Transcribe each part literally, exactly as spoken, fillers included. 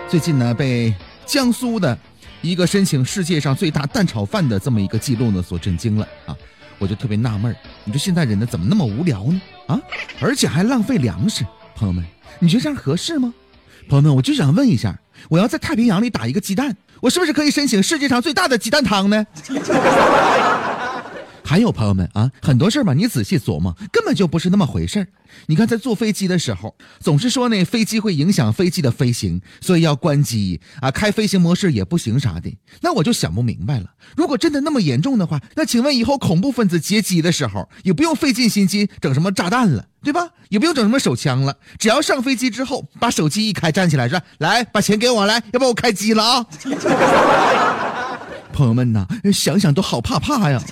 最近呢，被江苏的一个申请世界上最大蛋炒饭的这么一个记录呢所震惊了啊！我就特别纳闷，你说现在人呢怎么那么无聊呢？啊，而且还浪费粮食。朋友们，你觉得这样合适吗？朋友们，我就想问一下，我要在太平洋里打一个鸡蛋，我是不是可以申请世界上最大的鸡蛋汤呢？还有朋友们啊，很多事儿吧，你仔细琢磨，根本就不是那么回事儿。你看，在坐飞机的时候，总是说那飞机会影响飞机的飞行，所以要关机啊，开飞行模式也不行啥的。那我就想不明白了，如果真的那么严重的话，那请问以后恐怖分子劫机的时候，也不用费尽心机整什么炸弹了，对吧？也不用整什么手枪了，只要上飞机之后，把手机一开，站起来说：“来，把钱给我来，要不然我开机了啊！”朋友们呐，想想都好怕怕呀。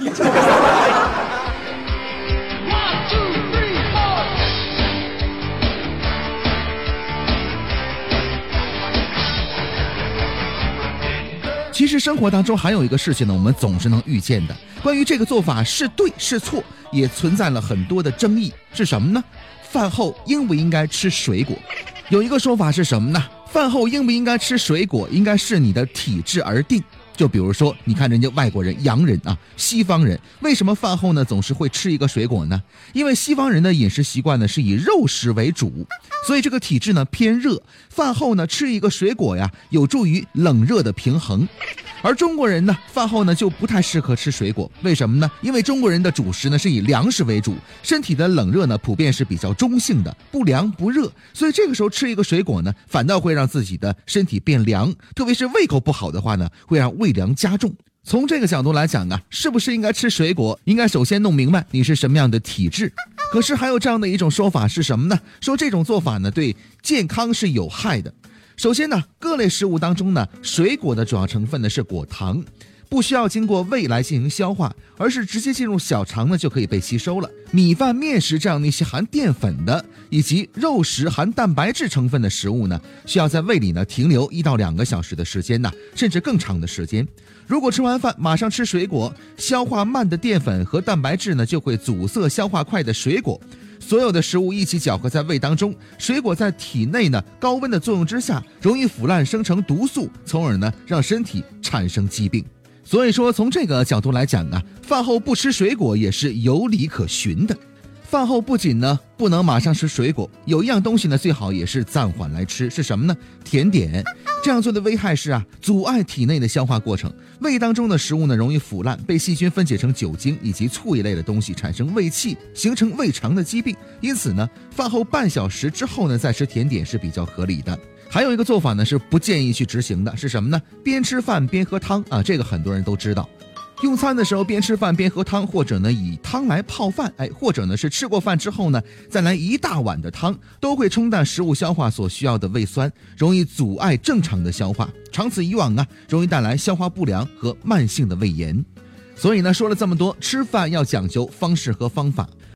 其实生活当中还有一个事情呢，我们总是能预见的，关于这个做法是对是错，也存在了很多的争议。是什么呢？饭后应不应该吃水果？有一个说法是什么呢？饭后应不应该吃水果，应该视你的体质而定。就比如说，你看人家外国人、洋人啊，西方人为什么饭后呢总是会吃一个水果呢？因为西方人的饮食习惯呢是以肉食为主，所以这个体质呢偏热，饭后呢吃一个水果呀，有助于冷热的平衡。而中国人呢，饭后呢就不太适合吃水果，为什么呢？因为中国人的主食呢是以粮食为主，身体的冷热呢普遍是比较中性的，不凉不热，所以这个时候吃一个水果呢，反倒会让自己的身体变凉，特别是胃口不好的话呢，会让胃凉加重。从这个角度来讲啊，是不是应该吃水果，应该首先弄明白你是什么样的体质。可是还有这样的一种说法是什么呢？说这种做法呢对健康是有害的。首先呢，各类食物当中呢，水果的主要成分呢是果糖，不需要经过胃来进行消化，而是直接进入小肠呢就可以被吸收了。米饭、面食这样的一些含淀粉的，以及肉食含蛋白质成分的食物呢，需要在胃里呢停留一到两个小时的时间呢，甚至更长的时间。如果吃完饭马上吃水果，消化慢的淀粉和蛋白质呢就会阻塞消化快的水果。所有的食物一起搅和在胃当中，水果在体内呢高温的作用之下，容易腐烂生成毒素，从而呢让身体产生疾病。所以说从这个角度来讲啊，饭后不吃水果也是有理可循的。饭后不仅呢不能马上吃水果，有一样东西呢最好也是暂缓来吃，是什么呢？甜点。这样做的危害是啊，阻碍体内的消化过程，胃当中的食物呢容易腐烂，被细菌分解成酒精以及醋一类的东西，产生胃气，形成胃肠的疾病。因此呢，饭后半小时之后呢再吃甜点是比较合理的。还有一个做法呢是不建议去执行的，是什么呢？边吃饭边喝汤啊，这个很多人都知道。用餐的时候边吃饭边喝汤，或者呢以汤来泡饭，哎，或者呢是吃过饭之后呢再来一大碗的汤，都会冲淡食物消化所需要的胃酸，容易阻碍正常的消化，长此以往啊，容易带来消化不良和慢性的胃炎。所以呢，说了这么多，吃饭要讲究方式和方法，